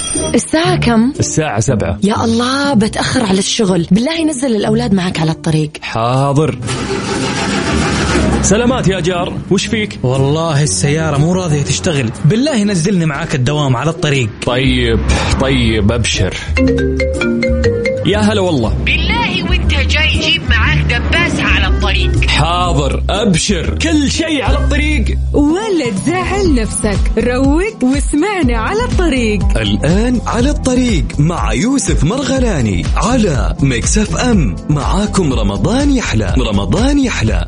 الساعة كم؟ الساعة 7. يا الله بتأخر على الشغل، بالله نزل الأولاد معك على الطريق. حاضر. سلامات يا جار، وش فيك؟ والله السيارة مو راضية تشتغل، بالله نزلني معاك الدوام على الطريق. طيب أبشر. يا هلا والله. بالله وانت جاي جيب معاك دباسة على الطريق. حاضر أبشر، كل شيء على الطريق. ولا تزعل نفسك، روق واسمعنا على الطريق. الآن على الطريق مع يوسف مرغلاني على ميكس اف ام. معاكم رمضان يحلى. رمضان يحلى.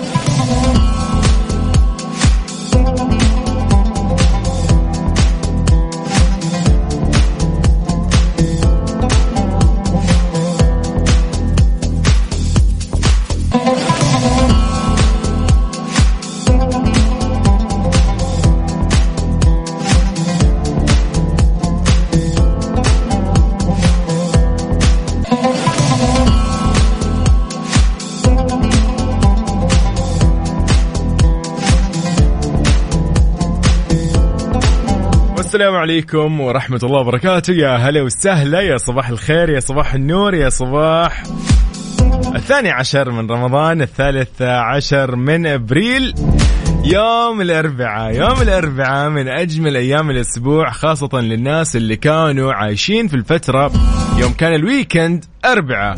السلام عليكم ورحمة الله وبركاته. يا هلا وسهلا، يا صباح الخير، يا صباح النور، يا صباح 12 من رمضان، 13 من أبريل، يوم الأربعاء من أجمل أيام الأسبوع، خاصة للناس اللي كانوا عايشين في الفترة يوم كان الويكند أربعاء.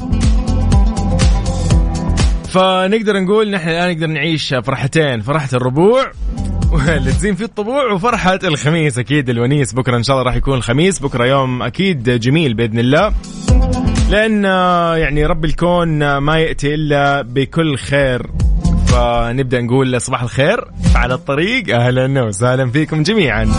فنقدر نقول نحن الآن نقدر نعيش فرحتين، فرحة الربوع اللي تزين فيه الطبوع، وفرحة الخميس أكيد الونيس. بكرة إن شاء الله راح يكون الخميس، بكرة يوم أكيد جميل بإذن الله، لأن يعني رب الكون ما يأتي إلا بكل خير. فنبدأ نقول صباح الخير على الطريق، أهلا وسهلا فيكم جميعا.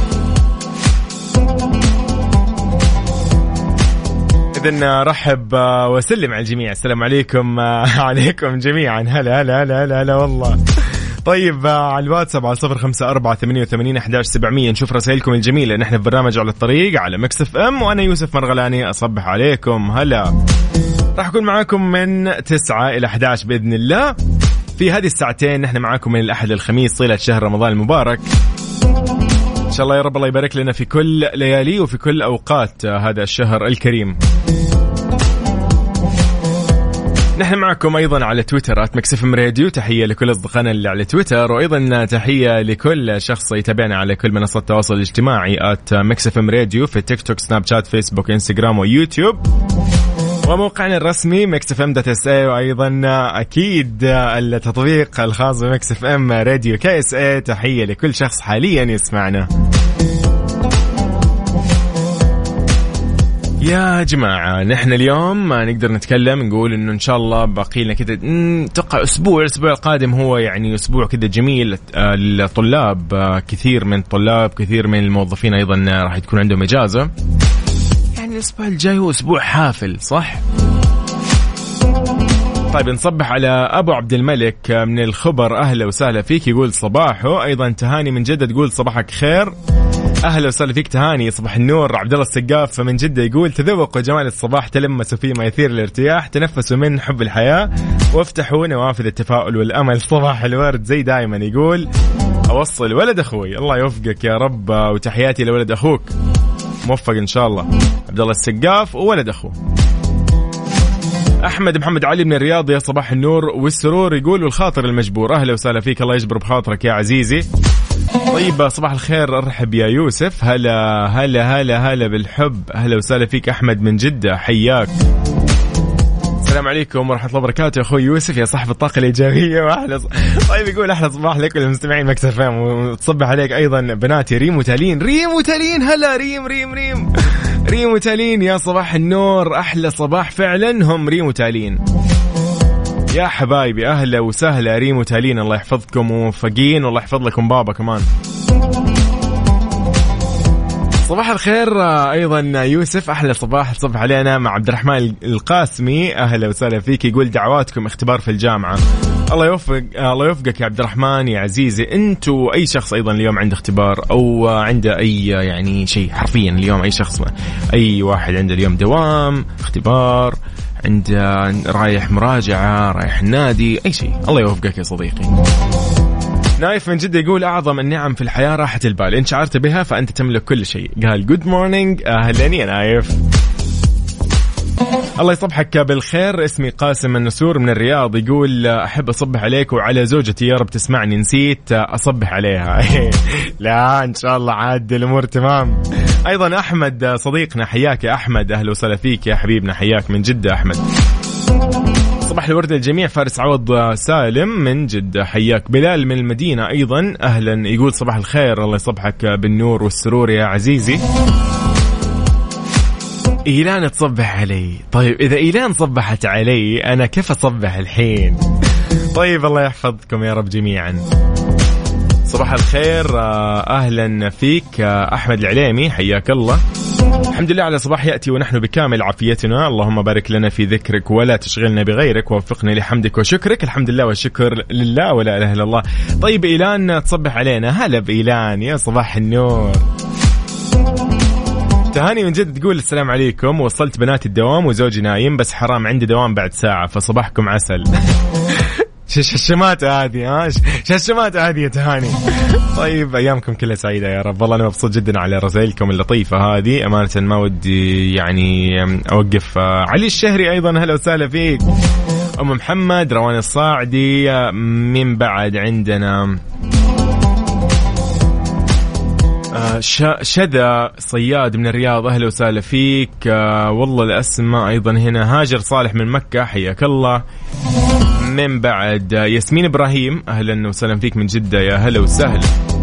إذن رحب وسلم على الجميع. السلام عليكم عليكم جميعا. هلا هلا هلا هلا, هلا والله. طيب على الواتساب على 0548811700 نشوف رسائلكم الجميلة. نحن في برنامج على الطريق على ميكس اف ام، وأنا يوسف مرغلاني أصبح عليكم. هلا، راح أكون معاكم من 9 إلى 11 بإذن الله. في هذه الساعتين نحن معاكم من الأحد للخميس طيلة شهر رمضان المبارك. إن شاء الله يا رب الله يبارك لنا في كل ليالي وفي كل أوقات هذا الشهر الكريم. نحن معكم أيضا على تويتر @مكسفمراديو. تحية لكل أصدقائنا اللي على تويتر، وأيضا تحية لكل شخص يتابعنا على كل منصات التواصل الاجتماعي @مكسفمراديو في تيك توك، سناب شات، فيسبوك، انستغرام ويوتيوب، وموقعنا الرسمي mixfm.sa، وأيضا أكيد التطبيق الخاص بمكس اف ام راديو KSA. تحية لكل شخص حاليا يسمعنا. يا جماعة نحن اليوم نقدر نتكلم نقول إنه إن شاء الله باقي لنا كده توقع الأسبوع القادم هو يعني أسبوع كده جميل للطلاب. كثير من الطلاب، كثير من الموظفين أيضا راح تكون عندهم إجازة. يعني الأسبوع الجاي هو أسبوع حافل، صح؟ طيب نصبح على أبو عبد الملك من الخبر، أهلا وسهلا فيك، يقول صباحه. أيضا تهاني من جدة تقول صباحك خير، أهلا وسهلا فيك تهاني. صباح النور. عبد الله السقاف من جدة يقول تذوقوا جمال الصباح، تلمسوا فيه ما يثير الارتياح، تنفسوا من حب الحياة، وافتحوا نوافذ التفاؤل والأمل. صباح الورد زي دائما. يقول أوصل ولد أخوي، الله يوفقك يا رب، وتحياتي لولد أخوك، موفق إن شاء الله. عبد الله السقاف وولد أخوه. أحمد محمد علي من الرياض، يا صباح النور والسرور، يقول والخاطر المجبور، أهلا وسهلا فيك، الله يجبر بخاطرك يا عزيزي. طيب صباح الخير، أرحب يا يوسف، هلا هلا هلا هلا بالحب، أهلا وسهلا فيك أحمد من جدة، حياك. السلام عليكم ورحمة الله وبركاته يا أخوي يوسف، يا صاحب الطاقة الإيجابية وأحلى طيب يقول أحلى صباح لك وللمستمعين مكس اف ام، وتصبح عليك أيضا بناتي ريم وتالين. هلا ريم وتالين، يا صباح النور، أحلى صباح فعلا هم ريم وتالين يا حبايبي. أهلا وسهلا ريم وتالين، الله يحفظكم وموفقين، والله يحفظ لكم بابا كمان. صباح الخير أيضا يوسف، أحلى صباح تصبح علينا مع عبد الرحمن القاسمي، أهلا وسهلا فيك، يقول دعواتكم اختبار في الجامعة. الله يوفقك يا عبد الرحمن يا عزيزي. أنتوا أي شخص أيضا اليوم عنده اختبار أو عنده أي يعني شيء، حرفيا اليوم أي شخص، أي واحد عنده اليوم دوام، اختبار، عنده رايح مراجعة، رايح النادي، أي شيء، الله يوفقك يا صديقي. نايف من جدة يقول أعظم النعم في الحياة راحة البال، إن شعرت بها فأنت تملك كل شيء. قال جود مورنينج، أهلا يا نايف. الله يصبحك بالخير. اسمي قاسم النسور من الرياض، يقول أحب أصبح عليك وعلى زوجتي، يا رب تسمعني، نسيت أصبح عليها. لا إن شاء الله عاد الأمور تمام. أيضا أحمد صديقنا، حياك يا أحمد، أهلا وسهلا فيك يا حبيبنا، حياك من جدة أحمد. صباح الورد للجميع. فارس عوض سالم من جدة، حياك. بلال من المدينة أيضا أهلا، يقول صباح الخير، الله يصبحك بالنور والسرور يا عزيزي. إيلان تصبح علي. طيب إذا إيلان صبحت علي أنا كيف أصبح الحين؟ طيب الله يحفظكم يا رب جميعا. صباح الخير، أهلا فيك أحمد العليمي، حياك الله. الحمد لله على صباح يأتي ونحن بكامل عافيتنا، اللهم بارك لنا في ذكرك ولا تشغلنا بغيرك، ووفقنا لحمدك وشكرك. الحمد لله والشكر لله ولا إله إلا الله. طيب إيلان تصبح علينا، هلا بإيلان، يا صباح النور. تهاني من جد تقول السلام عليكم، وصلت بنات الدوام وزوجي نايم، بس حرام عندي دوام بعد ساعة، فصباحكم عسل. شماتة هذه، شماتة هذه يا تهاني. طيب أيامكم كلها سعيدة يا رب. والله أنا مبسوط جدا على رسائلكم اللطيفة هذه، أمانة ما ودي يعني أوقف. علي الشهري أيضا هلا وسهلا فيك. أم محمد، روان الصاعدي، من بعد عندنا شذا صياد من الرياض، أهلا وسهلا فيك. والله الأسماء أيضا هنا. هاجر صالح من مكة، حياك الله. من بعد ياسمين إبراهيم، أهلا وسهلا فيك من جدة، يا هلا وسهلا.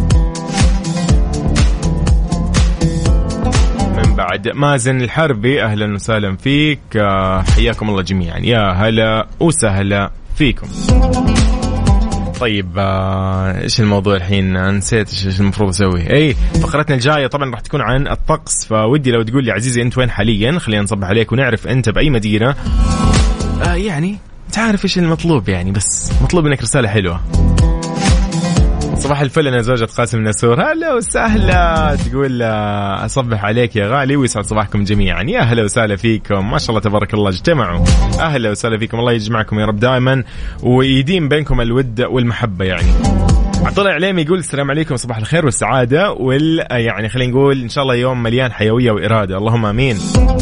من بعد مازن الحربي، أهلا وسهلا فيك، حياكم الله جميعا، يا هلا وسهلا فيكم. طيب ايش الموضوع الحين؟ نسيت ايش المفروض اسوي. فقرتنا الجايه طبعا راح تكون عن الطقس، فودي لو تقول لي عزيزي انت وين حاليا، خلينا نصبح عليك ونعرف انت باي مدينه. يعني تعرف ايش المطلوب، يعني بس مطلوب منك رساله حلوه. صباح الفل، انا زوجة قاسم النسور، هلا وسهلا. تقول اصبح عليك يا غالي ويسعد صباحكم جميعا، يا هلا وسهلا فيكم، ما شاء الله تبارك الله اجتمعوا، اهلا وسهلا فيكم، الله يجمعكم يا رب دائما ويديم بينكم الود والمحبه. يعني عطول عليم يقول السلام عليكم، صباح الخير والسعاده يعني خلينا نقول ان شاء الله يوم مليان حيويه واراده، اللهم امين.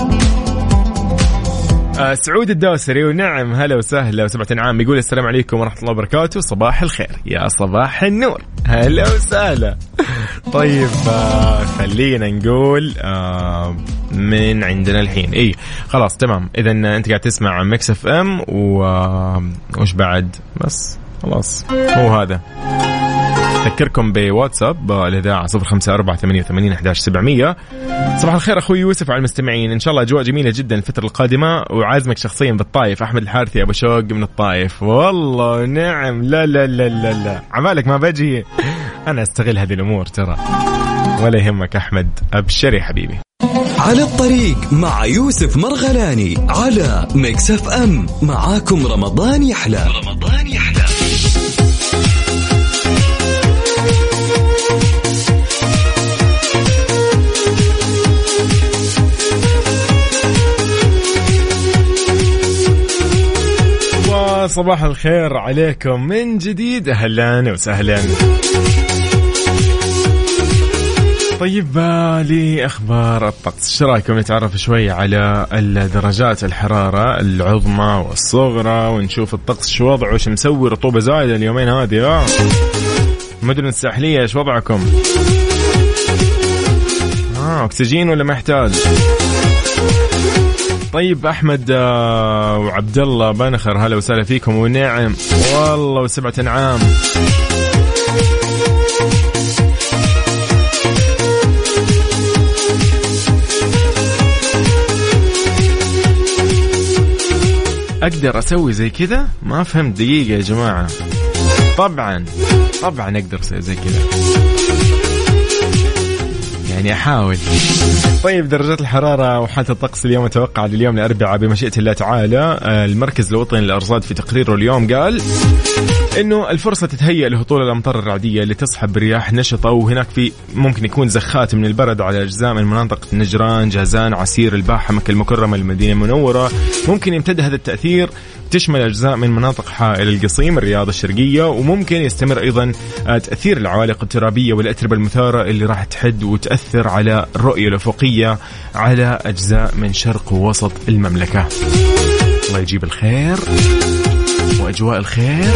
سعود الدوسري، ونعم هلا وسهلا وسبعة عام، يقول السلام عليكم ورحمة الله وبركاته، صباح الخير، يا صباح النور، هلا وسهلا. طيب خلينا نقول من عندنا الحين. خلاص تمام، إذا أنت قاعد تسمع ميكس اف ام وش بعد، بس خلاص هو هذا. أذكركم بواتساب الإذاعة 0548811700. صباح الخير أخوي يوسف على المستمعين، إن شاء الله أجواء جميلة جدا الفترة القادمة، وعازمك شخصيا بالطائف. أحمد الحارثي أبو شوق من الطائف، والله نعم. لا لا لا لا لا، عمالك ما بجي، أنا أستغل هذه الأمور ترى، ولا يهمك أحمد، أبشر يا حبيبي. على الطريق مع يوسف مرغلاني على ميكس اف ام، معاكم رمضان يحلى. رمضان يحلى. صباح الخير عليكم من جديد، أهلا وسهلا. طيب لي أخبار الطقس، ايش رايكم نتعرف شوي على درجات الحرارة العظمى والصغرى، ونشوف الطقس شو وضعه، وش مسوي، رطوبة زايدة اليومين هذه. مدن الساحلية ايش وضعكم؟ أكسجين ولا محتاج؟ طيب أحمد وعبد الله بنخر، هلا وسهلا فيكم، ونعم والله وسبعة عام. أقدر أسوي زي كذا؟ ما فهمت، دقيقة يا جماعة. طبعا أقدر أسوي زي كذا، يعني أحاول. طيب درجات الحرارة وحالة الطقس اليوم متوقعة لليوم الأربعاء بمشيئة الله تعالى. المركز الوطني للأرصاد في تقريره اليوم قال إنه الفرصة تتهيأ لهطول الأمطار الرعدية اللي تصحب برياح نشطة، وهناك في ممكن يكون زخات من البرد على أجزاء من مناطق نجران، جازان، عسير، الباحة، مكة المكرمة، المدينة المنورة. ممكن يمتد هذا التأثير تشمل أجزاء من مناطق حائل القصيم، الرياض الشرقية، وممكن يستمر أيضا تأثير العوالق الترابية والأتربة المثارة اللي راح تحد وتأثر على الرؤية الأفقية على أجزاء من شرق ووسط المملكة. الله يجيب الخير وأجواء الخير.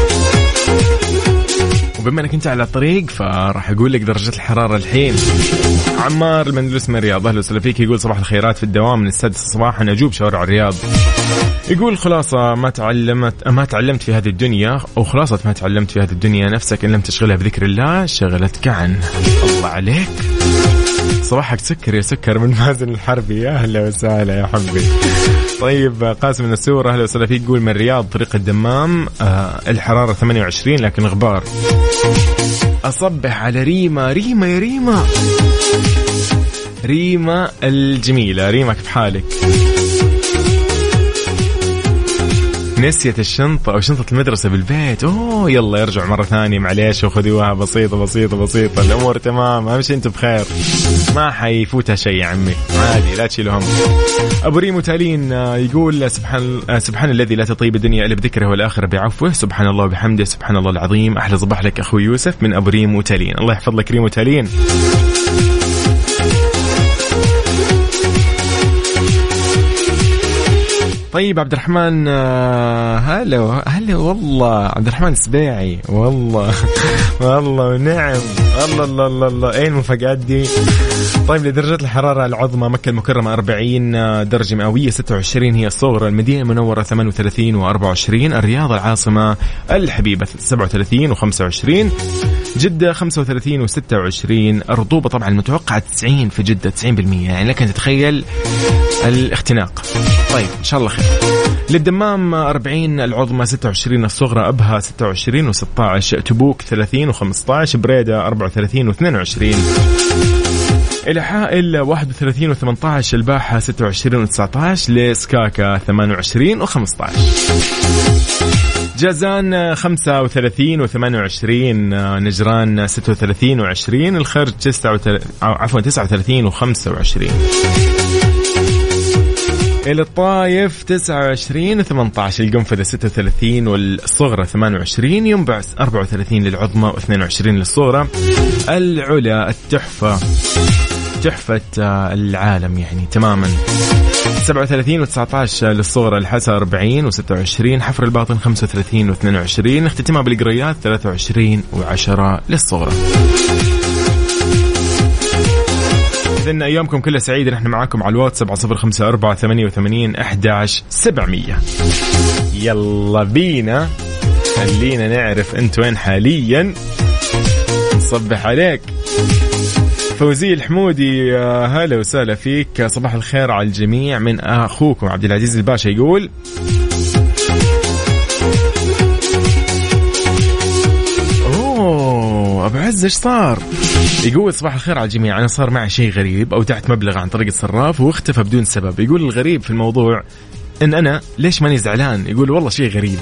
وبما أنك أنت على الطريق فراح أقول لك درجة الحرارة الحين. عمار المندلس من الرياض، أهلا وسهلا فيك، يقول صباح الخيرات في الدوام من 6 صباحا أجوب شوارع الرياض. يقول خلاصة ما تعلمت في هذه الدنيا، أو خلاصة ما تعلمت في هذه الدنيا نفسك إن لم تشغلها بذكر الله شغلتك عنه. الله عليك، صباحك سكر يا سكر من مازن الحربي، يا أهلا وسهلا يا حبي. طيب قاسم من السورة، أهلا وسهلا فيك، يقول من الرياض طريق الدمام الحرارة 28 لكن غبار. أصبح على ريما يا ريما الجميلة. ريما كيف حالك؟ نسيت الشنطة أو شنطة المدرسة بالبيت. أوه يلا يرجع مرة ثانية معليش وخذوها بسيطة الأمور تمام، أهم شيء أنتم بخير، ما حيفوتها شيء يا عمي، عادي لا تشيلوا هم. أبو ريم تالين يقول سبحان الذي لا تطيب الدنيا إلا بذكره والآخرة بعفوه، سبحان الله وبحمده، سبحان الله العظيم. أحلى صباح لك أخوي يوسف من أبو ريم تالين، الله يحفظ لك ريم تالين. طيب عبد الرحمن، هلا والله عبد الرحمن السبيعي، والله ونعم، الله ايه المفاجآت دي. طيب لدرجة الحرارة العظمى مكة المكرمة 40 درجة مئوية، 26 هي الصغرى، المدينة المنورة 38 و24، الرياض العاصمة الحبيبة 37 و25، جدة 35 و26. الرطوبة طبعا المتوقعة 90 في جدة، 90%، يعني لك أن تتخيل الاختناق. طيب إن شاء الله خير. للدمام 40 العظمى، 26 الصغرى، أبها 26 و16، تبوك 30 و15، بريدة 34 و22، إلى حائل 31 و18، الباحة 26 و19، لسكاكا 28 و15، جازان 35 و28، نجران 36 و20، الخرج 39 و25، إلى الطايف 29 و18، القنفذة 36 والصغرى 28، ينبعث 34 للعظمى و22 للصغرى، العلا تحفة العالم يعني تماما 37 و19 للصغرى، الحسا 40 و26، حفر الباطن 35 و22، اختتامها بالقريات 23 و10 للصغرى. إذن أيامكم كلها سعيدة، نحن معاكم على الواتس 70548811700. يلا بينا، خلينا نعرف أنت وين حاليا، نصبح عليك. فوزي الحمودي، هلا وسهلا فيك، صباح الخير على الجميع من أخوكم عبد العزيز الباشا. يقول أبو عز إيش صار؟ يقول صباح الخير على الجميع، أنا صار معي شيء غريب، أودعت مبلغ عن طريق الصراف واختفى بدون سبب. يقول الغريب في الموضوع إن أنا ليش ماني زعلان، يقول والله شيء غريب.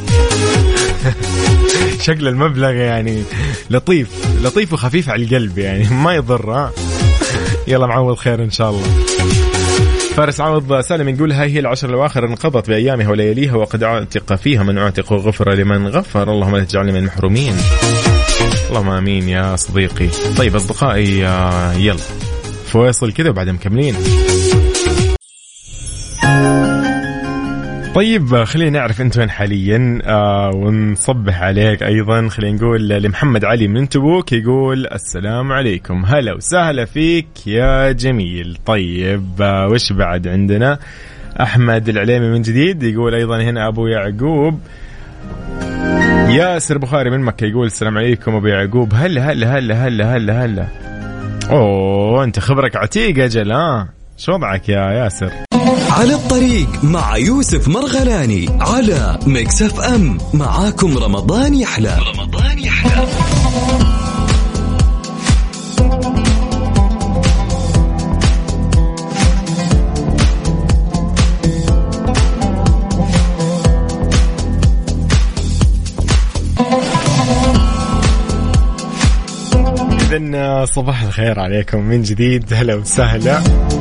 شكل المبلغ يعني لطيف وخفيف على القلب، يعني ما يضر. يلا معوض خير إن شاء الله. فارس عوض سالم يقول هاي هي العشر الأواخر انقضت بأيامها ولياليها، وقد اعتق فيها من اعتق وغفر لمن غفر، اللهم لا تجعلني من المحرومين، اللهم آمين يا صديقي. طيب أصدقائي يلا فواصل كذا وبعدين مكملين. طيب خلينا نعرف انت وين حاليا ونصبح عليك ايضا. خلينا نقول لمحمد علي من تبوك، يقول السلام عليكم، هلا وسهلا فيك يا جميل. طيب وش بعد عندنا؟ احمد العليمي من جديد يقول ايضا هنا ابو يعقوب. ياسر بخاري من مكة يقول السلام عليكم ابو يعقوب، هلا. اوه انت خبرك عتيق اجل، شو وضعك يا ياسر؟ على الطريق مع يوسف مرغلاني على ميكس اف ام، معاكم رمضان يحلى. طبعا صباح الخير عليكم من جديد، هلا وسهلا.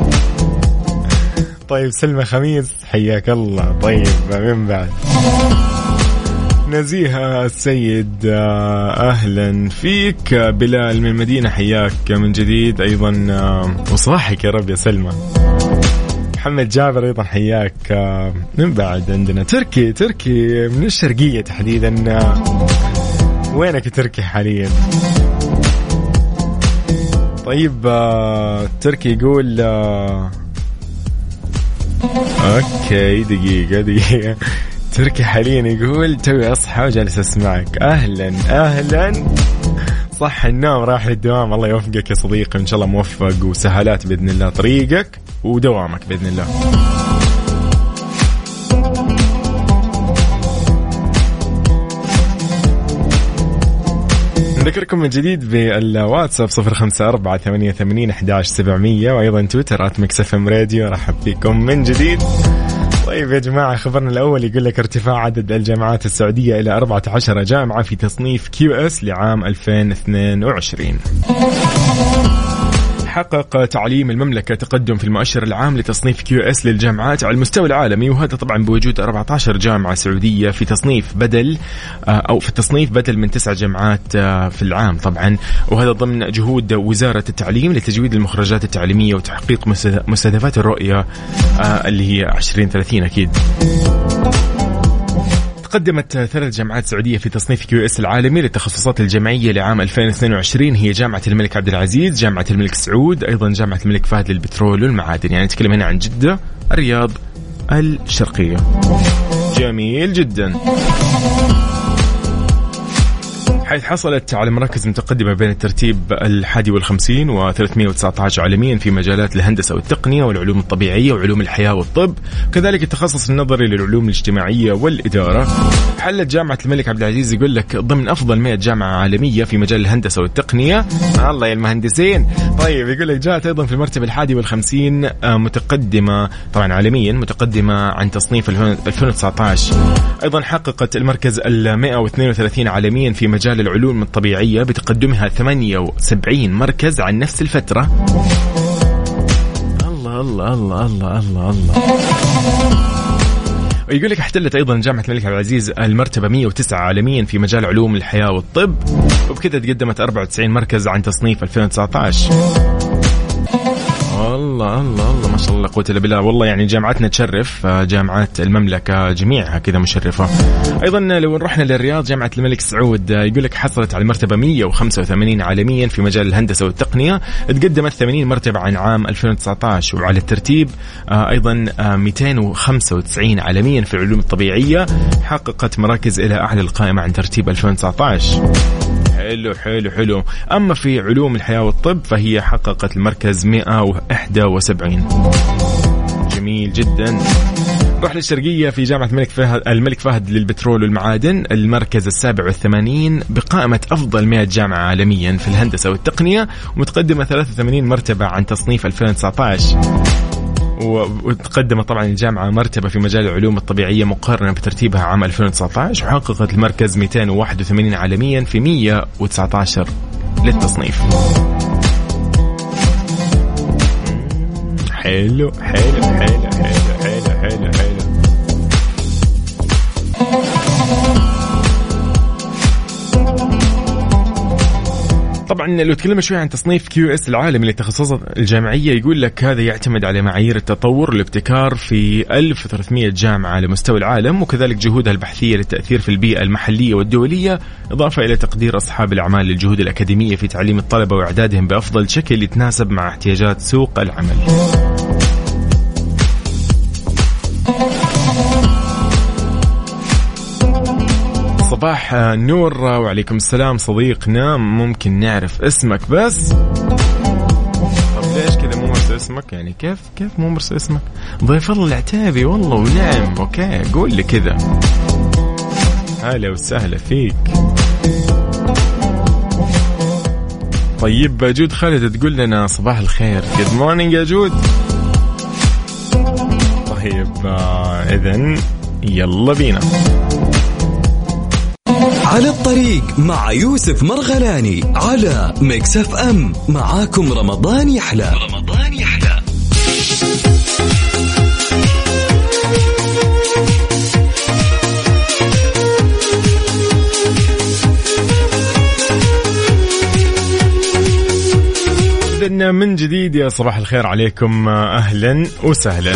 طيب سلمى خميس حياك الله. طيب من بعد نزيهة السيد أهلا فيك. بلال من المدينة حياك من جديد أيضا وصباحك يا رب يا سلمى. محمد جابر أيضا حياك. من بعد عندنا تركي من الشرقية تحديدا. وينك تركي حاليا؟ طيب تركي يقول اوكي دقيقة تركي حاليا يقول توي اصحى وجالس اسمعك. اهلا صح النوم راح للدوام. الله يوفقك يا صديقي، ان شاء الله موفق وسهالات باذن الله طريقك ودوامك باذن الله. نذكركم من جديد بالواتساب 0548811700 وأيضا تويتر @mixfmradio. رحب بكم من جديد. طيب يا جماعة خبرنا الأول يقول لك ارتفاع عدد الجامعات السعودية إلى 14 جامعة في تصنيف QS لعام 2022. حقق تعليم المملكة تقدم في المؤشر العام لتصنيف QS للجامعات على المستوى العالمي، وهذا طبعا بوجود 14 جامعة سعودية في تصنيف بدل من 9 جامعات في العام طبعا، وهذا ضمن جهود وزارة التعليم لتجويد المخرجات التعليمية وتحقيق مستهدفات الرؤية اللي هي 2030 أكيد. قدمت 3 جامعات سعودية في تصنيف QS العالمي للتخصصات الجامعية لعام 2022 هي جامعة الملك عبد العزيز، جامعة الملك سعود، أيضا جامعة الملك فهد للبترول والمعادن. يعني نتكلم هنا عن جدة، الرياض، الشرقية. جميل جدا. حيث حصلت على مراكز متقدمة بين الترتيب 51 و319 عالميا في مجالات الهندسة والتقنية والعلوم الطبيعية وعلوم الحياة والطب، كذلك التخصص النظري للعلوم الاجتماعية والإدارة. حلت جامعة الملك عبد العزيز يقول لك ضمن أفضل 100 جامعة عالمية في مجال الهندسة والتقنية. الله يا المهندسين. طيب يقول لك جاءت أيضا في المرتبة 51 متقدمة طبعا عالميا، متقدمة عن تصنيف 2019. أيضا حققت المركز 132 عالميا في مجال العلوم الطبيعية بتقدمها 78 مركز عن نفس الفترة. الله الله الله الله الله الله. ويقول لك احتلت أيضا جامعة الملك عبد العزيز المرتبة 109 عالميا في مجال علوم الحياة والطب، وبكذا تقدمت 94 مركز عن تصنيف 2019. الله الله الله ما شاء الله قوة إلا بالله. والله يعني جامعتنا تشرف، جامعات المملكة جميعها كذا مشرفة. أيضا لو رحنا للرياض جامعة الملك سعود يقول لك حصلت على المرتبة 185 عالميا في مجال الهندسة والتقنية، تقدمت 80 مرتبة عن عام 2019، وعلى الترتيب أيضا 295 عالميا في العلوم الطبيعية، حققت مراكز إلى أعلى القائمة عن ترتيب 2019. حلو حلو حلو. أما في علوم الحياة والطب فهي حققت المركز 171. جميل جدا. روح للشرقية في جامعة الملك فهد للبترول والمعادن، المركز 87 بقائمة أفضل 100 جامعة عالميا في الهندسة والتقنية، ومتقدمة 83 مرتبة عن تصنيف 2019. وتقدمت طبعا الجامعة مرتبة في مجال العلوم الطبيعية مقارنة بترتيبها عام 2019، وحققت المركز 281 عالميا في 119 للتصنيف. حلو حلو حلو حلو حلو حلو حلو. طبعا لو تكلمنا شوي عن تصنيف QS العالمي للتخصصات الجامعية يقول لك هذا يعتمد على معايير التطور والابتكار في 1300 جامعة على مستوى العالم، وكذلك جهودها البحثية للتأثير في البيئة المحلية والدولية، إضافة إلى تقدير أصحاب الأعمال للجهود الأكاديمية في تعليم الطلبة وإعدادهم بأفضل شكل يتناسب مع احتياجات سوق العمل. صباح نور وعليكم السلام صديقنا، ممكن نعرف اسمك بس؟ طب ليش كذا مو مرسل اسمك؟ يعني كيف مو مرسل اسمك؟ ضيف الله العتابي والله. ونعم اوكي قول لي كذا. هلا وسهلا فيك. طيب جود خالد تقول لنا صباح الخير. جود مورنينج يا جود. طيب إذن يلا بينا. على الطريق مع يوسف مرغلاني على ميكس اف ام. معاكم رمضان يحلى. رمضان يحلى. إذن من جديد يا صباح الخير عليكم، أهلا وسهلا.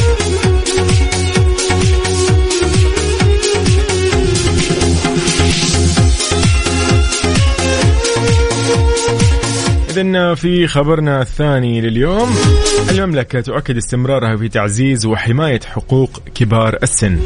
إذن في خبرنا الثاني لليوم، المملكة تؤكد استمرارها في تعزيز وحماية حقوق كبار السن.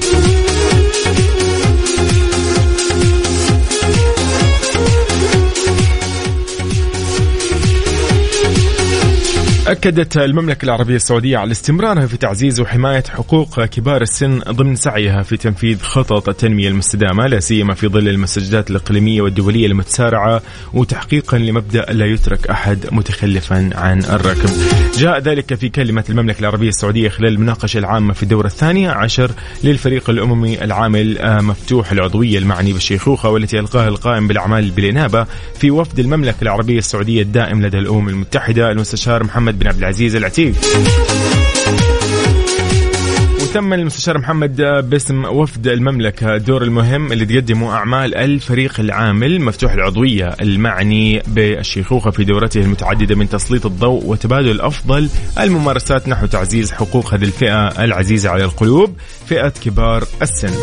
أكدت المملكة العربية السعودية على استمرارها في تعزيز وحماية حقوق كبار السن ضمن سعيها في تنفيذ خطط التنمية المستدامة، لا سيما في ظل المستجدات الإقليمية والدولية المتسارعة، وتحقيقا لمبدأ لا يترك أحد متخلفا عن الركب. جاء ذلك في كلمة المملكة العربية السعودية خلال المناقشة العامة في الدورة 12 للفريق الأممي العامل مفتوح العضوية المعني بالشيخوخة، والتي ألقاها القائم بالأعمال بالإنابة في وفد المملكة العربية السعودية الدائم لدى الأمم المتحدة المستشار محمد بن عبد العزيز العتيق. وتم المستشار محمد باسم وفد المملكة الدور المهم اللي تقدمه أعمال الفريق العامل مفتوح العضوية المعني بالشيخوخة في دورته المتعددة من تسليط الضوء وتبادل أفضل الممارسات نحو تعزيز حقوق هذه الفئة العزيزة على القلوب، فئة كبار السن.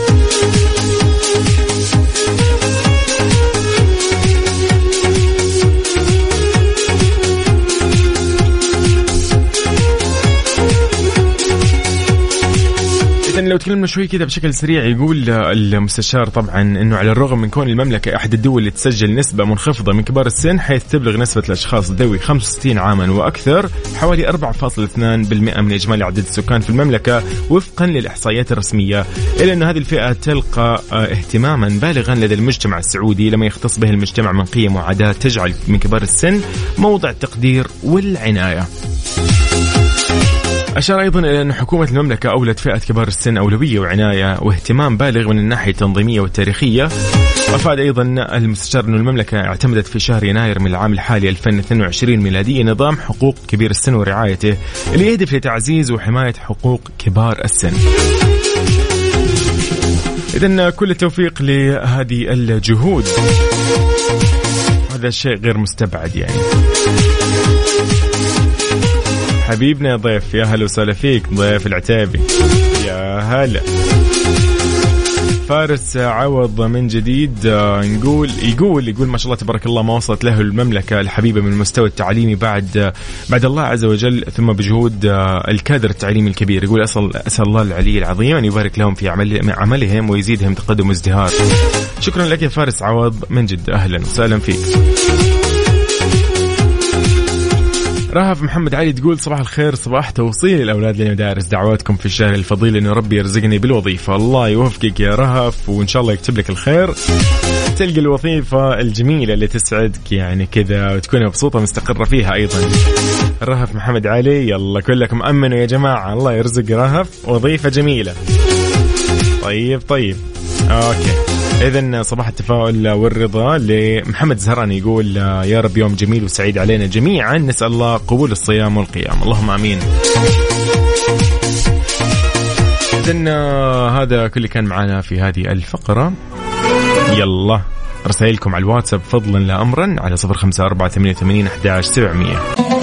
لو تكلمنا شوي كذا بشكل سريع، يقول المستشار طبعا أنه على الرغم من كون المملكة أحد الدول اللي تسجل نسبة منخفضة من كبار السن، حيث تبلغ نسبة الأشخاص ذوي 65 عاما وأكثر حوالي 4.2% من إجمالي عدد السكان في المملكة وفقا للإحصائيات الرسمية، إلا أن هذه الفئة تلقى اهتماما بالغا لدى المجتمع السعودي لما يختص به المجتمع من قيم وعادات تجعل من كبار السن موضع التقدير والعناية. أشار أيضا إلى أن حكومة المملكة أولت فئة كبار السن أولوية وعناية واهتمام بالغ من الناحية التنظيمية والتاريخية. وأفاد أيضا المستشار أن المملكة اعتمدت في شهر يناير من العام الحالي 2022 ميلادي نظام حقوق كبير السن ورعايته اللي يهدف لتعزيز وحماية حقوق كبار السن. إذن كل التوفيق لهذه الجهود، هذا شيء غير مستبعد يعني. حبيبنا ضيف، يا هلا وسهلا فيك ضيف العتابي، يا هلا. فارس عوض من جديد يقول ما شاء الله تبارك الله ما وصلت له المملكة الحبيبة من المستوى التعليمي بعد الله عز وجل، ثم بجهود الكادر التعليمي الكبير. يقول أسأل الله العلي العظيم أن يبارك لهم في عملهم ويزيدهم تقدم وازدهار. شكرا لك يا فارس عوض من جد، أهلا وسهلا فيك. رهف محمد علي تقول صباح الخير، صباح توصيل الأولاد للمدارس، دعواتكم في الشهر الفضيل إنه ربي يرزقني بالوظيفة. الله يوفقك يا رهف، وإن شاء الله يكتب لك الخير، تلقى الوظيفة الجميلة اللي تسعدك يعني كذا وتكون مبسوطة مستقرة فيها. أيضا رهف محمد علي، يلا كلكم أمنوا يا جماعة، الله يرزق رهف وظيفة جميلة. طيب أوكي. إذن صباح التفاؤل والرضا لمحمد زهران، يقول يا رب يوم جميل وسعيد علينا جميعا، نسأل الله قبول الصيام والقيام، اللهم آمين. إذن هذا كل كان معنا في هذه الفقرة. يلا رسائلكم على الواتساب فضلا لا أمرا على 0548811700.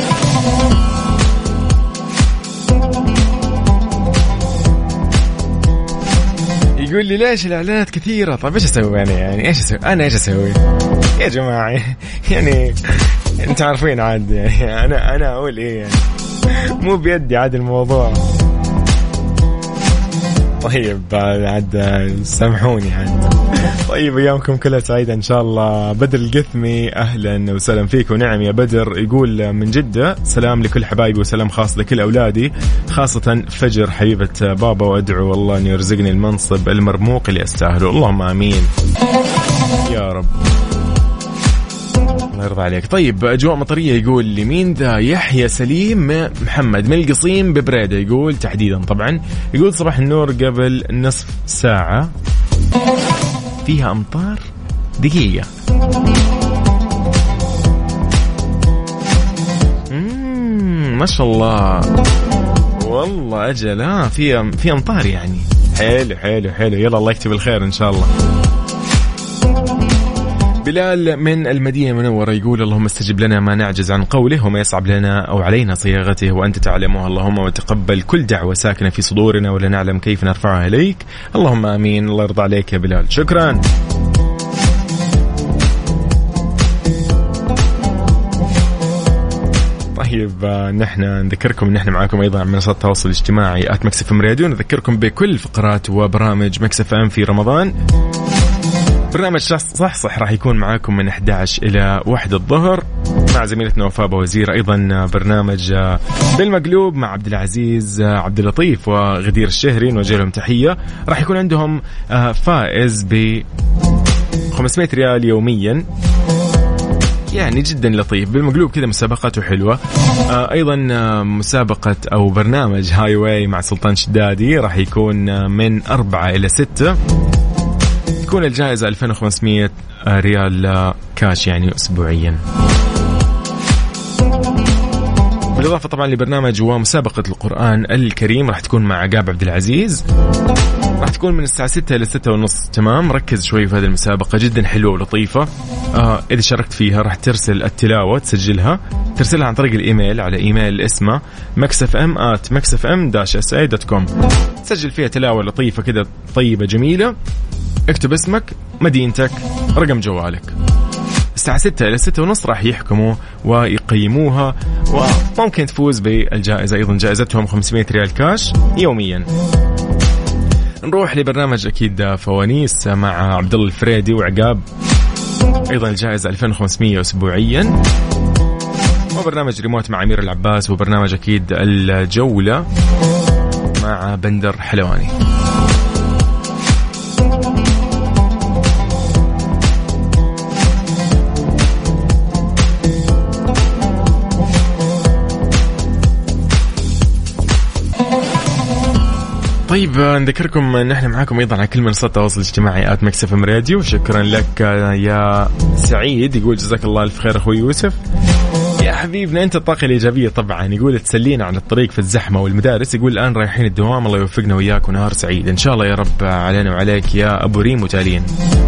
يقول لي ليش الإعلانات كثيرة؟ طيب إيش أسوي يعني إيش أسوي أنا؟ إيش أسوي يا جماعة يعني أنت عارفين عاد يعني أنا أقول إيه يعني مو بيدي عاد الموضوع. طيب عاد سامحوني عاد. طيب أيامكم كلها سعيدة إن شاء الله. بدر القثمي أهلا وسهلا فيك. ونعم يا بدر، يقول من جدة سلام لكل حبايبي وسلام خاص لكل أولادي، خاصة فجر حبيبة بابا، وأدعو الله أن يرزقني المنصب المرموق اللي أستاهله، اللهم آمين يا رب، الله يرضى عليك. طيب أجواء مطرية، يقول لي مين ذا؟ يحيى سليم محمد من القصيم ببريدة، يقول تحديدا طبعا، يقول صباح النور، قبل نصف ساعة فيها أمطار دقيقة. ما شاء الله والله أجل في أمطار يعني. حلو حلو حلو. يلا الله يكتب الخير إن شاء الله. بلال من المدينة المنورة يقول اللهم استجب لنا ما نعجز عن قوله وما يصعب لنا أو علينا صياغته وأنت تعلمها اللهم وتقبل كل دعوة ساكنة في صدورنا ولا نعلم كيف نرفعها إليك اللهم آمين. الله يرضى عليك يا بلال. شكرا. طيب نحن نذكركم ان احنا معاكم ايضا على منصات التواصل الاجتماعي @مكسفم راديو. نذكركم بكل فقرات وبرامج مكسفم في رمضان. برنامج صح راح يكون معاكم من 11 إلى 1 الظهر مع زميلتنا وفاء بوزير. أيضا برنامج بالمقلوب مع عبد العزيز عبد اللطيف وغدير الشهري نوجه لهم تحية. راح يكون عندهم فائز ب 500 ريال يوميا يعني جدا لطيف. بالمقلوب كذا مسابقاته حلوة. أيضا مسابقة أو برنامج هاي واي مع سلطان شدادي راح يكون من 4 إلى 6. تكون الجائزة 2500 ريال كاش يعني أسبوعيا. بالإضافة طبعا لبرنامج ومسابقة القرآن الكريم راح تكون مع عقاب عبد العزيز. راح تكون من الساعة 6 إلى 6:30. تمام. ركز شوي في هذه المسابقة جدا حلوة ولطيفة. إذا شاركت فيها راح ترسل التلاوة تسجلها ترسلها عن طريق الإيميل على إيميل اسمه maxfm@maxfm-sa.com. تسجل فيها تلاوة لطيفة كده طيبة جميلة. اكتب اسمك مدينتك رقم جوالك. الساعة 6 إلى 6:30 راح يحكموا ويقيموها وممكن تفوز بالجائزة. أيضا جائزتهم 500 ريال كاش يوميا. نروح لبرنامج أكيد فوانيس مع عبد الله الفريدي وعقاب. أيضا الجائزة 2500 أسبوعيا. وبرنامج ريموت مع أمير العباس. وبرنامج أكيد الجولة مع بندر حلواني. طيب نذكركم ان احنا معاكم ايضا على كل منصات التواصل الاجتماعي @مكسفم راديو. شكرا لك يا سعيد. يقول جزاك الله الف خير اخوي يوسف. يا حبيبنا انت الطاقه الايجابيه طبعا. يقول تسلينا على الطريق في الزحمه والمدارس. يقول الان رايحين الدوام. الله يوفقنا وياك ونهار سعيد ان شاء الله يا رب علينا وعليك يا ابو ريم وتالين.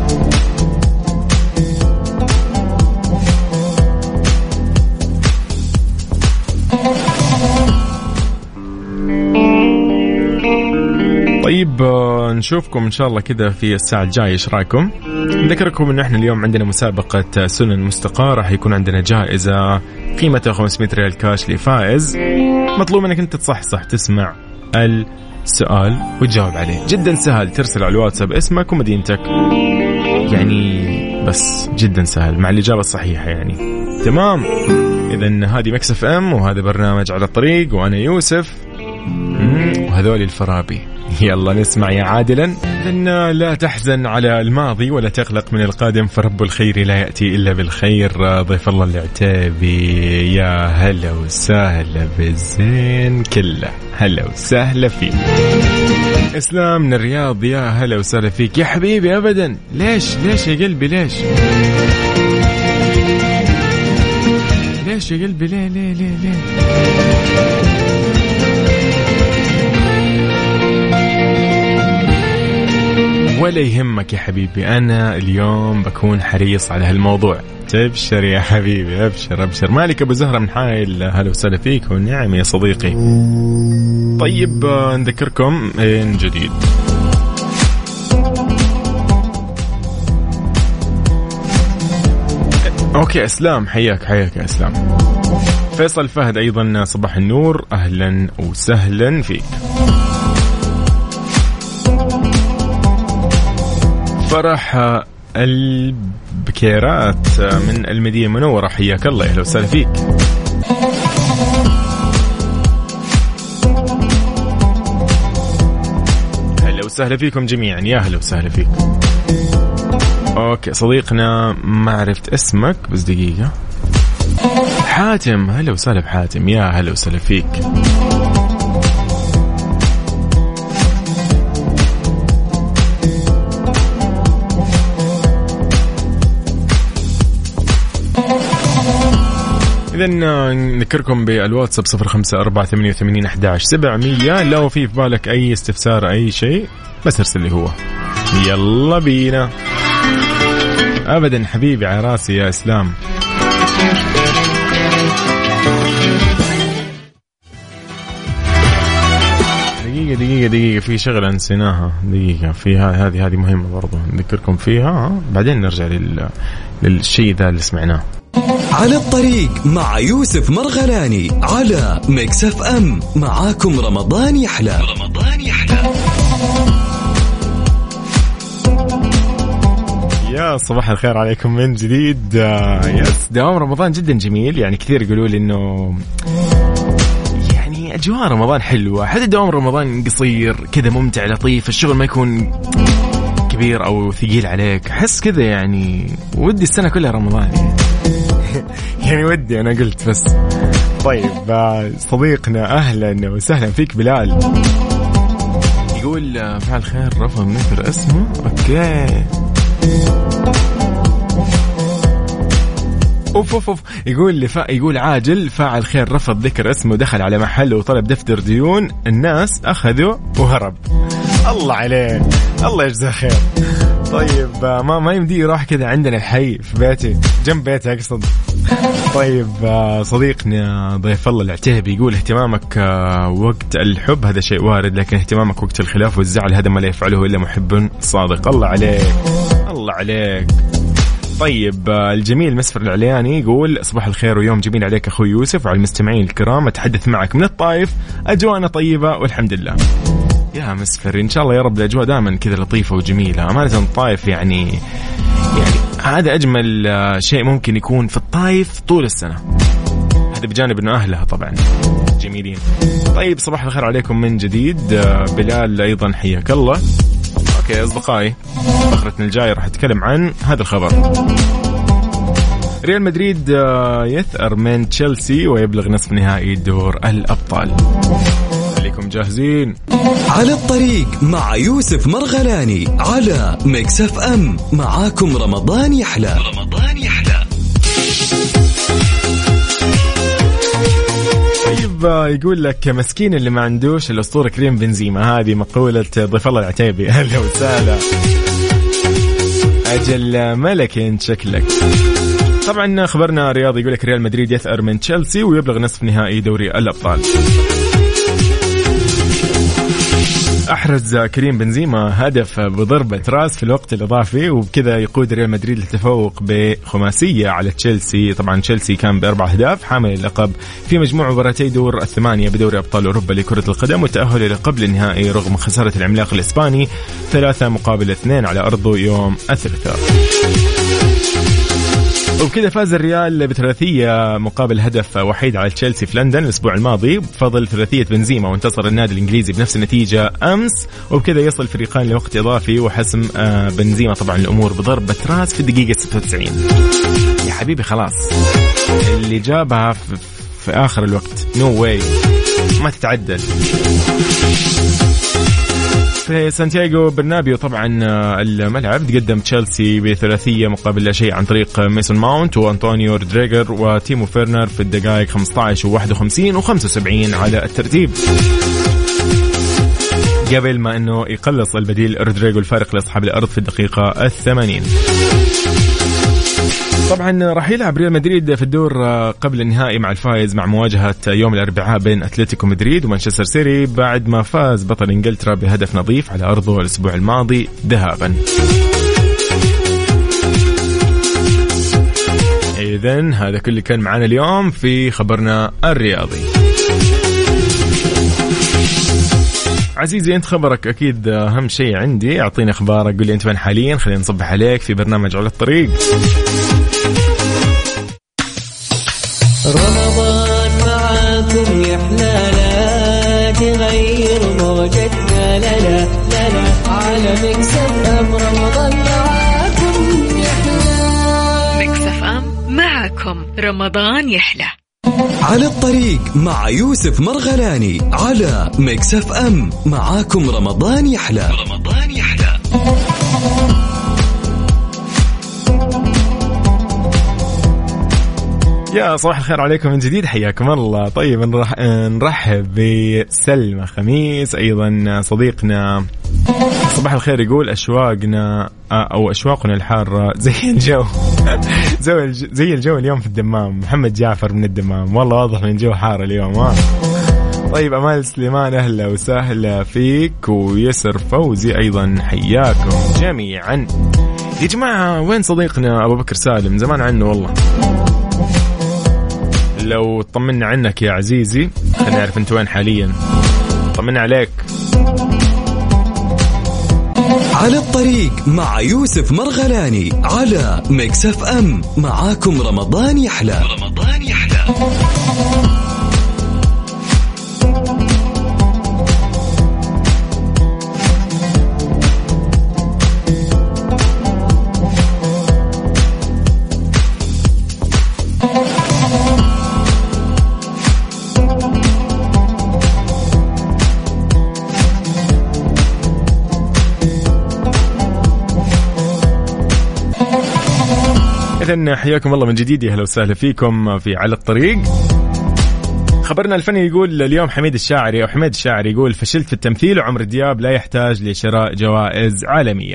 طيب نشوفكم إن شاء الله كده في الساعة الجاية. إيش رأيكم؟ نذكركم إنه إحنا اليوم عندنا مسابقة سنن مستقاة. راح يكون عندنا جائزة قيمتها 500 ريال كاش لفائز. مطلوب منك أنت تصحصح تسمع السؤال وتجاوب عليه. جدا سهل. ترسل على الواتساب اسمك ومدينتك يعني بس جدا سهل مع الإجابة الصحيحة يعني. تمام. إذن هذه مكس اف ام وهذا برنامج على الطريق وأنا يوسف وهذول الفرابي. يلا نسمع يا عادلا. إن لا تحزن على الماضي ولا تقلق من القادم فرب الخير لا يأتي إلا بالخير. ضيف الله العتابي. يا هلا وسهلا بالزين كله. هلا وسهلا فيك. إسلام من الرياض. يا هلا وسهلا فيك يا حبيبي. أبدا ليش يا قلبي ليش يا قلبي ليه ولا يهمك يا حبيبي. أنا اليوم بكون حريص على هالموضوع. تبشر يا حبيبي. أبشر. مالك أبو زهرة من حايل. هلا وسهلا فيك والنعم يا صديقي. طيب نذكركم من جديد أوكي. إسلام حياك يا إسلام. فيصل فهد أيضا صباح النور. أهلا وسهلا فيك. فرح البكيرات من المدينة المنورة. حياك الله. أهلا وسهلا فيك. أهلا وسهلا فيكم جميعا. يا أهلا وسهلا فيك. أوكي صديقنا ما عرفت اسمك بس دقيقة. حاتم. هلا وسهلا بحاتم. يا هلا وسهلا فيك. إذن نذكركم بالواتساب 0548811700. لو في بالك أي استفسار أي شيء بس ارسل لي هو. يلا بينا. أبدا حبيبي على راسي يا إسلام. دقيقة في شغلة نسيناها. دقيقة فيها هذه مهمة برضو نذكركم فيها بعدين نرجع للشيء ذا اللي سمعناه. على الطريق مع يوسف مرغلاني على ميكس اف ام. معاكم رمضان يحلى. يا صباح الخير عليكم من جديد. يس دوام رمضان جدا جميل. يعني كثير يقولوا لي انه أجواء رمضان حلوة. حتى دوام رمضان قصير كذا ممتع لطيف. الشغل ما يكون كبير أو ثقيل عليك. حس كذا يعني ودي السنة كلها رمضان يعني ودي أنا قلت بس. طيب صديقنا أهلا وسهلا فيك بلال. يقول فعل خير رفض نذكر اسمه. أوكي أوف يقول عاجل فاعل خير رفض ذكر اسمه دخل على محله وطلب دفتر ديون الناس أخذه وهرب. الله عليه الله يجزاه خير. طيب ما يمدي يروح كذا عندنا الحي في بيتي جنب بيتي أقصد. طيب صديقنا ضيف الله العتيبي يقول اهتمامك وقت الحب هذا شيء وارد لكن اهتمامك وقت الخلاف والزعل هذا ما لا يفعله إلا محب صادق. الله عليك. طيب الجميل مسفر العلياني يقول صباح الخير ويوم جميل عليك أخوي يوسف وعلى المستمعين الكرام. أتحدث معك من الطائف. أجواءنا طيبة والحمد لله. يا مسفر إن شاء الله يا رب الأجواء دائما كذا لطيفة وجميلة. أمانة الطائف يعني هذا أجمل شيء ممكن يكون في الطائف طول السنة. هذا بجانب أنه أهلها طبعا جميلين. طيب صباح الخير عليكم من جديد. بلال أيضا حياك الله. اوكي اصدقائي فقرتنا الجايه راح اتكلم عن هذا الخبر. ريال مدريد يثأر من تشيلسي ويبلغ نصف نهائي دور الابطال. خليكم جاهزين. على الطريق مع يوسف مرغلاني على ميكس اف ام. معاكم رمضان يحلى. طيب يقول لك مسكين اللي ما عندوش الأسطورة كريم بنزيما. هذه مقولة ضيف الله العتيبي. أهلا وسهلا. أجل ملك انت شكلك. طبعا خبرنا رياضي يقول لك ريال مدريد يثأر من تشيلسي ويبلغ نصف نهائي دوري الأبطال. أحرز كريم بنزيما هدف بضربة راس في الوقت الإضافي وبكذا يقود ريال مدريد للتفوق بخماسية على تشيلسي. طبعا تشيلسي كان ب4 أهداف حامل اللقب في مجموع مباراتي دور الثمانية بدوري أبطال أوروبا لكرة القدم والتأهل إلى قبل النهائي رغم خسارة العملاق الإسباني 3-2 على أرضه يوم الثلاثاء. وبكذا فاز الريال بثلاثية مقابل هدف وحيد على تشيلسي في لندن الأسبوع الماضي بفضل ثلاثية بنزيما. وانتصر النادي الإنجليزي بنفس النتيجة أمس وبكذا يصل الفريقان لوقت إضافي وحسم بنزيما طبعا الأمور بضربة راس في الدقيقة 96. يا حبيبي خلاص اللي جابها في آخر الوقت نو واي ما تتعدل. في سانتياغو برنابيو طبعا الملعب تقدم تشيلسي بثلاثية مقابل لا شيء عن طريق ميسون ماونت وأنطونيو رودريغر وتيمو فيرنر في الدقائق 15 و51 و75 على الترتيب قبل ما أنه يقلص البديل رودريغو الفارق لأصحاب الأرض في الدقيقة 80. طبعا راح يلعب ريال مدريد في الدور قبل النهائي مع الفائز مع مواجهة يوم الأربعاء بين أتلتيكو مدريد ومانشستر سيتي بعد ما فاز بطل إنجلترا بهدف نظيف على أرضه الأسبوع الماضي ذهابا. إذن هذا كل اللي كان معنا اليوم في خبرنا الرياضي. عزيزي أنت خبرك أكيد أهم شيء عندي. أعطيني أخبارك قل لي أنت وين حاليا خلينا نصبح عليك في برنامج على الطريق. رمضان معاكم يحلالا تغير موجتنا لا على ميكس اف ام. رمضان معاكم يحلى. ميكس اف ام معاكم رمضان يحلى. على الطريق مع يوسف مرغلاني على ميكس اف ام. معاكم رمضان يحلى. يا صباح الخير عليكم من جديد، حياكم الله. طيب نرحب بسلمى خميس، أيضا صديقنا صباح الخير يقول أشواقنا أو أشواقنا الحارة زي الجو زي الجو اليوم في الدمام. محمد جعفر من الدمام، والله واضح من الجو حار اليوم. طيب أمال سليمان أهلا وسهلا فيك، ويسر فوزي أيضا حياكم جميعا. يا جماعة وين صديقنا أبو بكر سالم؟ زمان عنه والله، لو طمنا عنك يا عزيزي خلينا نعرف انت وين حاليا. طمنا عليك. على الطريق مع يوسف مرغلاني على ميكس اف ام. معاكم رمضان يحلى. رمضان يحلى. إذن حياكم الله من جديد، أهلا وسهلا فيكم في على الطريق. خبرنا الفني يقول اليوم حميد الشاعري يقول فشلت في التمثيل وعمرو دياب لا يحتاج لشراء جوائز عالمية.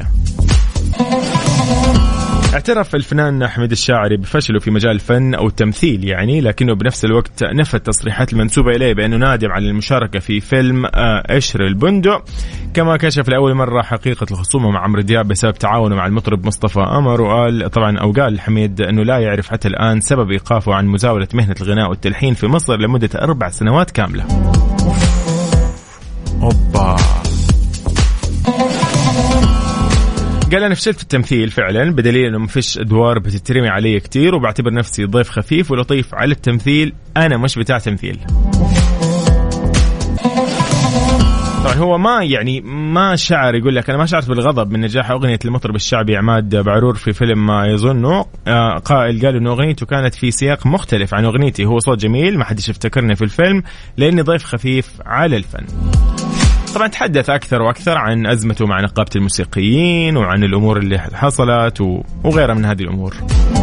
اعترف الفنان حميد الشاعري بفشله في مجال الفن أو التمثيل يعني، لكنه بنفس الوقت نفى التصريحات المنسوبة إليه بأنه نادم على المشاركة في فيلم قشر البندق. كما كشف لأول مرة حقيقة الخصومة مع عمرو دياب بسبب تعاونه مع المطرب مصطفى قمر، وقال طبعا أو قال حميد أنه لا يعرف حتى الآن سبب إيقافه عن مزاولة مهنة الغناء والتلحين في مصر لمدة 4 سنوات كاملة. أوبا. قال أنا فشلت في التمثيل فعلا، بدليل أنه ما فيش أدوار بتترمي علي كتير، وبعتبر نفسي ضيف خفيف ولطيف على التمثيل، أنا مش بتاع تمثيل. طبعا هو ما شعر، يقول لك أنا ما شعرت بالغضب من نجاح أغنية المطرب الشعبي عماد بعرور في فيلم ما يظنه. قال إنه أغنيته كانت في سياق مختلف عن أغنيتي، هو صوت جميل ما حدش يفتكرني في الفيلم لأني ضيف خفيف على الفن. طبعا تحدث أكثر وأكثر عن أزمته مع نقابة الموسيقيين وعن الأمور اللي حصلت وغيرها من هذه الأمور.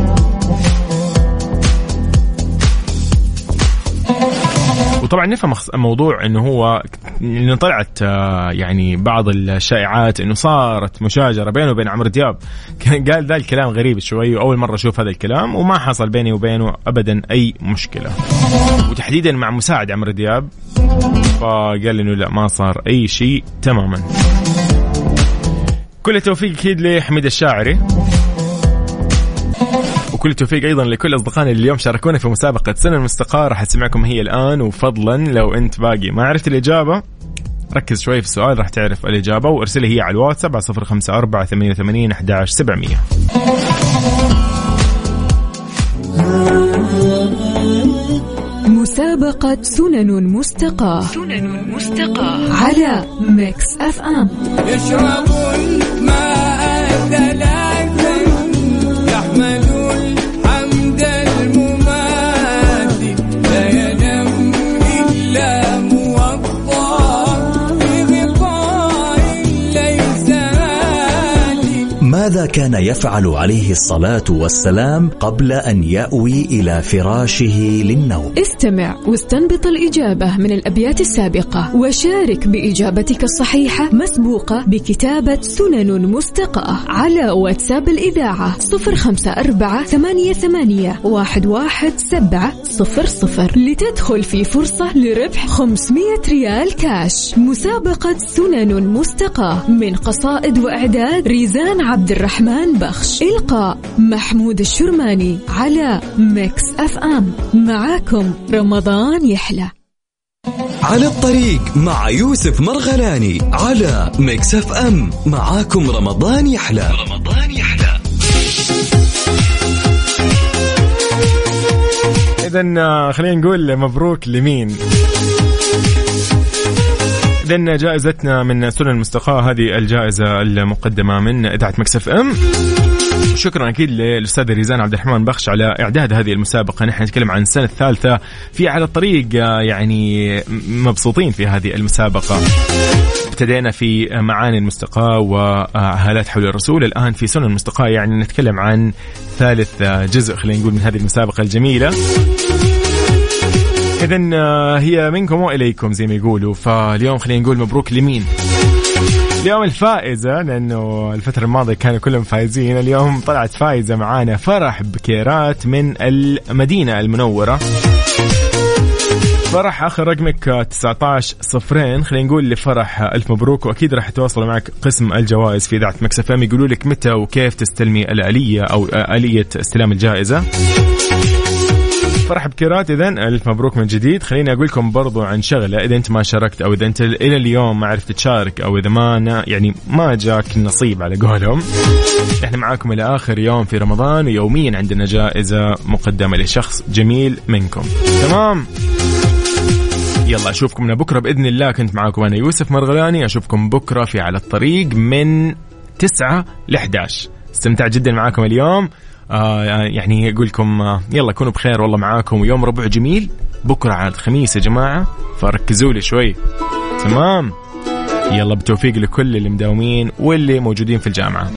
وطبعا نفهم موضوع انه هو انه طلعت يعني بعض الشائعات انه صارت مشاجرة بينه وبين عمرو دياب. قال ذا الكلام غريب شوي، واول مرة اشوف هذا الكلام، وما حصل بيني وبينه ابدا اي مشكلة، وتحديدا مع مساعد عمرو دياب فقال انه لا ما صار اي شيء تماما. كل التوفيق اكيد لحميد الشاعري، وكل التوفيق أيضا لكل أصدقائنا اللي اليوم شاركونا في مسابقة سنة المستقاة. راح أسمعكم هي الآن، وفضلا لو أنت باقي ما عرفت الإجابة ركز شوي في السؤال راح تعرف الإجابة، وارسلي هي على الواتساب على 0548811700. مسابقة سنن مستقاة على ميكس اف ام. يشربوا الماء ثلاثا يحملوا الحمد المماثل لا ينام إلا موضع في غطاء ليس آلي. ماذا كان يفعل عليه الصلاة والسلام قبل أن يأوي إلى فراشه للنوم؟ استمع واستنبط الإجابة من الأبيات السابقة، وشارك بإجابتك الصحيحة مسبوقة بكتابة سنن مستقاة على واتساب الإذاعة 0548811700 لتدخل في فرصة لربح 500 ريال كاش. مسابقة سنن مستقاة من قصائد وإعداد ريزان عبد الرحمن بخش، إلقاء محمود الشرماني على ميكس اف ام. معاكم رمضان يحلى. على الطريق مع يوسف مرغلاني على ميكس اف ام. معاكم رمضان يحلى. رمضان يحلى. إذن خلينا نقول مبروك لمين. إذن جائزتنا من سنن المستقاة، هذه الجائزة المقدمة من إذاعة ميكس اف ام. شكرا أكيد للأستاذ ريزان عبد الرحمن بخش على إعداد هذه المسابقة. نحن نتكلم عن السنة الثالثة في على الطريق، يعني مبسوطين في هذه المسابقة. ابتدينا في معاني المستقاة وهالات حول الرسول، الآن في سنن المستقاة، يعني نتكلم عن ثالث جزء خلينا نقول من هذه المسابقة الجميلة. إذن هي منكم وإليكم زي ما يقولوا. فاليوم خلينا نقول مبروك لمين؟ اليوم الفائزة، لأنه الفترة الماضية كانوا كلهم فايزين، اليوم طلعت فائزة معانا فرح بكيرات من المدينة المنورة. فرح آخر رقمك 19 خلينا نقول لفرح ألف مبروك، وأكيد راح يتواصلوا معك قسم الجوائز في إذاعة مكس اف ام يقولوا لك متى وكيف تستلمي الآلية أو آلية استلام الجائزة. فرح بكيرات إذن ألف مبروك من جديد. خليني أقول لكم برضو عن شغلة، إذا أنت ما شاركت أو إذا أنت إلى اليوم ما عرفت تشارك أو إذا ما جاك النصيب على قولهم، إحنا معاكم إلى آخر يوم في رمضان، ويوميا عندنا جائزة مقدمة لشخص جميل منكم. تمام؟ يلا أشوفكم من بكرة بإذن الله. كنت معاكم أنا يوسف مرغلاني، أشوفكم بكرة في على الطريق من 9 ل 11. استمتع جدا معاكم اليوم. يعني أقول لكم يلا كونوا بخير والله معاكم، ويوم ربع جميل. بكرة على الخميس يا جماعة، فركزوا لي شوي. تمام؟ يلا بتوفيق لكل اللي مداومين واللي موجودين في الجامعة.